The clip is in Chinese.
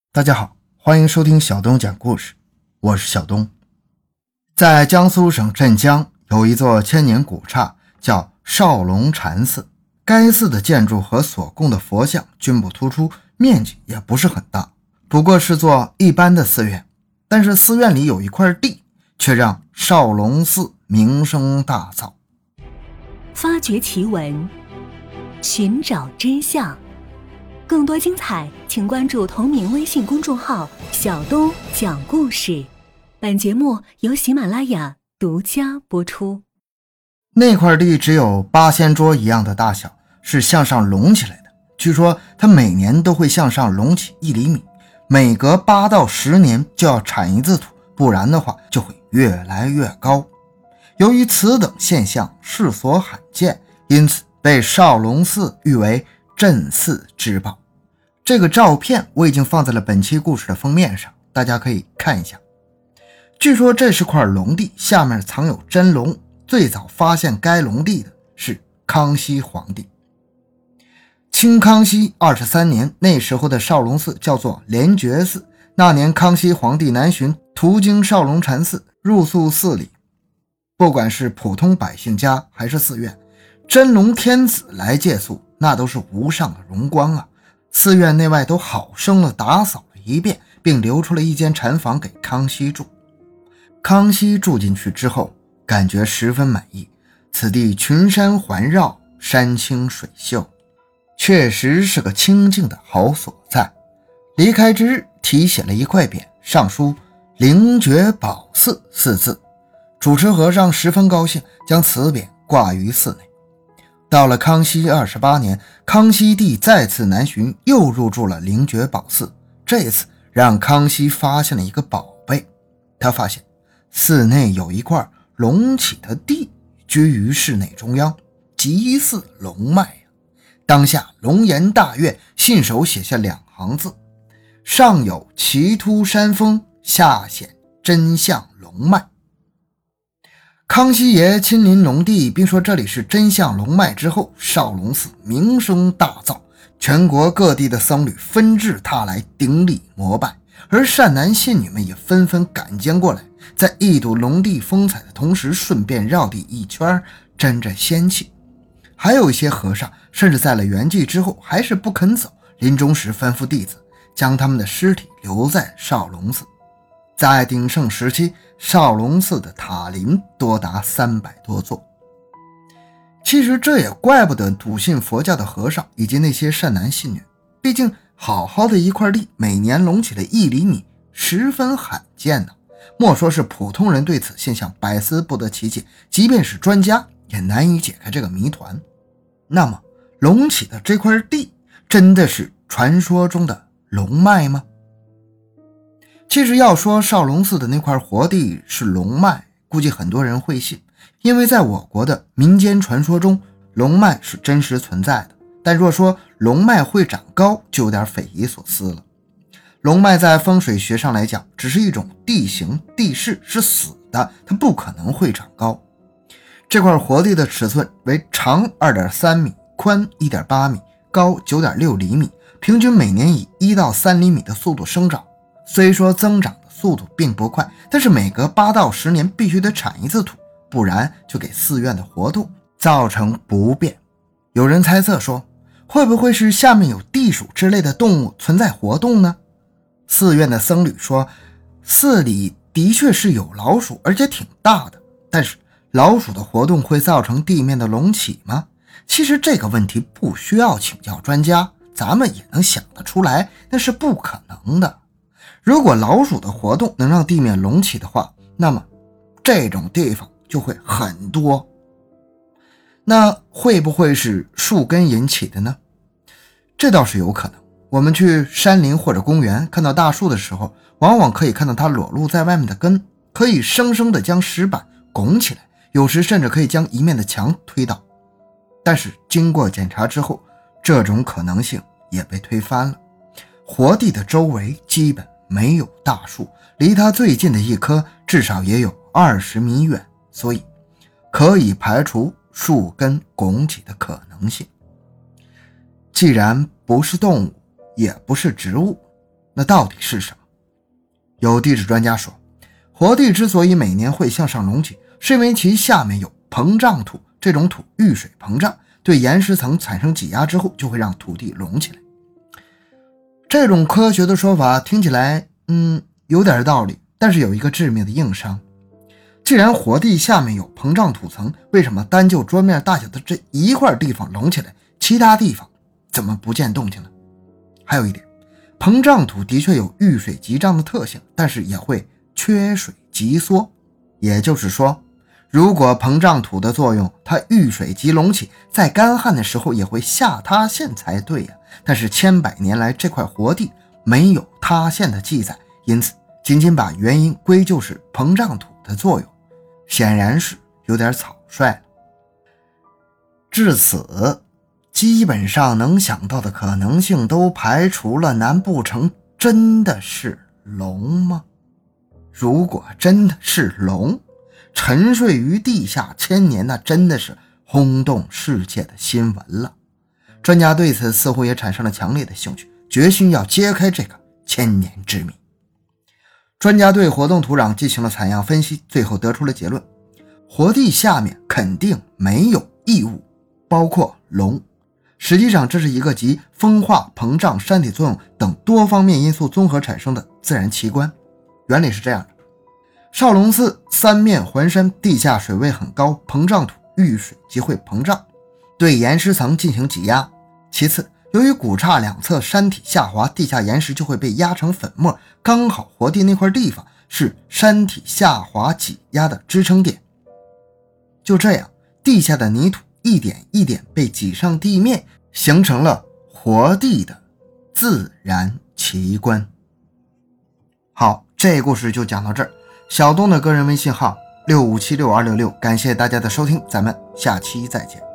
大家好，欢迎收听小东讲故事，我是小东。在江苏省镇江有一座千年古刹叫少龙禅寺，该寺的建筑和所供的佛像均不突出，面积也不是很大，不过是座一般的寺院，但是寺院里有一块地，却让少龙寺名声大噪。 发掘奇闻，寻找真相，更多精彩请关注同名微信公众号小东讲故事。本节目由喜马拉雅独家播出。 那块地只有八仙桌一样的大小，是向上隆起来的，据说它每年都会向上隆起1厘米，每隔8到10年就要铲一次土，不然的话就会越来越高。由于此等现象世所罕见，因此被少龙寺誉为镇寺之宝。这个照片我已经放在了本期故事的封面上，大家可以看一下。据说这是块龙地，下面藏有真龙，最早发现该龙地的是康熙皇帝。清康熙23年，那时候的少龙寺叫做莲觉寺。那年康熙皇帝南巡，途经少龙禅寺，入宿寺里。不管是普通百姓家还是寺院，真龙天子来借宿，那都是无上的荣光啊！寺院内外都好生的打扫了一遍，并留出了一间禅房给康熙住。康熙住进去之后，感觉十分满意，此地群山环绕，山清水秀，确实是个清静的好所在。离开之日，题写了一块匾，上书灵觉宝寺4字。主持和尚十分高兴，将此匾挂于寺内。到了康熙28年，康熙帝再次南巡，又入住了灵觉宝寺。这次让康熙发现了一个宝贝，他发现寺内有一块隆起的地居于室内中央，极似龙脉啊！当下龙颜大悦，信手写下2行字：上有奇突山峰，下显真相龙脉。康熙爷亲临龙地，并说这里是真相龙脉之后，少龙寺名声大噪，全国各地的僧侣纷至沓来顶礼膜拜，而善男信女们也纷纷赶将过来，在一睹龙地风采的同时，顺便绕地一圈，沾着仙气。还有一些和尚甚至在了圆寂之后还是不肯走，临终时吩咐弟子将他们的尸体留在少龙寺。在鼎盛时期，少龙寺的塔林多达300多座。其实这也怪不得笃信佛教的和尚以及那些善男信女，毕竟好好的一块地每年隆起了1厘米，十分罕见呢。莫说是普通人对此现象百思不得其解，即便是专家也难以解开这个谜团。那么隆起的这块地真的是传说中的龙脉吗？其实要说少龙寺的那块活地是龙脉，估计很多人会信，因为在我国的民间传说中，龙脉是真实存在的。但若说龙脉会长高，就有点匪夷所思了。龙脉在风水学上来讲，只是一种地形地势，是死的，它不可能会长高。这块活地的尺寸为长 2.3 米，宽 1.8 米，高 9.6 厘米，平均每年以1到3厘米的速度生长。虽说增长的速度并不快，但是每隔8到10年必须得铲一次土，不然就给寺院的活动造成不便。有人猜测说，会不会是下面有地鼠之类的动物存在活动呢？寺院的僧侣说，寺里的确是有老鼠，而且挺大的，但是老鼠的活动会造成地面的隆起吗？其实这个问题不需要请教专家，咱们也能想得出来，那是不可能的。如果老鼠的活动能让地面隆起的话，那么这种地方就会很多。那会不会是树根引起的呢？这倒是有可能。我们去山林或者公园看到大树的时候，往往可以看到它裸露在外面的根，可以生生的将石板拱起来，有时甚至可以将一面的墙推倒。但是经过检查之后，这种可能性也被推翻了。活地的周围基本没有大树，离它最近的一棵至少也有20米远，所以可以排除树根拱起的可能性。既然不是动物，也不是植物， 那到底是什么？有地质专家说，活地之所以每年会向上隆起，是因为其下面有膨胀土，这种土遇水膨胀，对岩石层产生挤压之后，就会让土地隆起来。这种科学的说法听起来有点道理，但是有一个致命的硬伤。既然活地下面有膨胀土层，为什么单就桌面大小的这一块地方隆起来，其他地方怎么不见动静呢？还有一点，膨胀土的确有遇水急涨的特性，但是也会缺水急缩。也就是说，如果膨胀土的作用它遇水急隆起，在干旱的时候也会下塌陷才对呀。但是千百年来这块活地没有塌陷的记载，因此仅仅把原因归咎是膨胀土的作用，显然是有点草率了。至此，基本上能想到的可能性都排除了，难不成真的是龙吗？如果真的是龙，沉睡于地下千年，那真的是轰动世界的新闻了。专家对此似乎也产生了强烈的兴趣，决心要揭开这个千年之谜。专家对活动土壤进行了采样分析，最后得出了结论：活地下面肯定没有异物，包括龙。实际上，这是一个集风化、膨胀、山体作用等多方面因素综合产生的自然奇观。原理是这样的：少龙寺三面环山，地下水位很高，膨胀土遇水即会膨胀，对岩石层进行挤压。其次，由于谷岔两侧山体下滑，地下岩石就会被压成粉末，刚好活地那块地方是山体下滑挤压的支撑点。就这样，地下的泥土一点一点被挤上地面，形成了活地的自然奇观。好，这故事就讲到这儿。小东的个人微信号65762266，感谢大家的收听，咱们下期再见。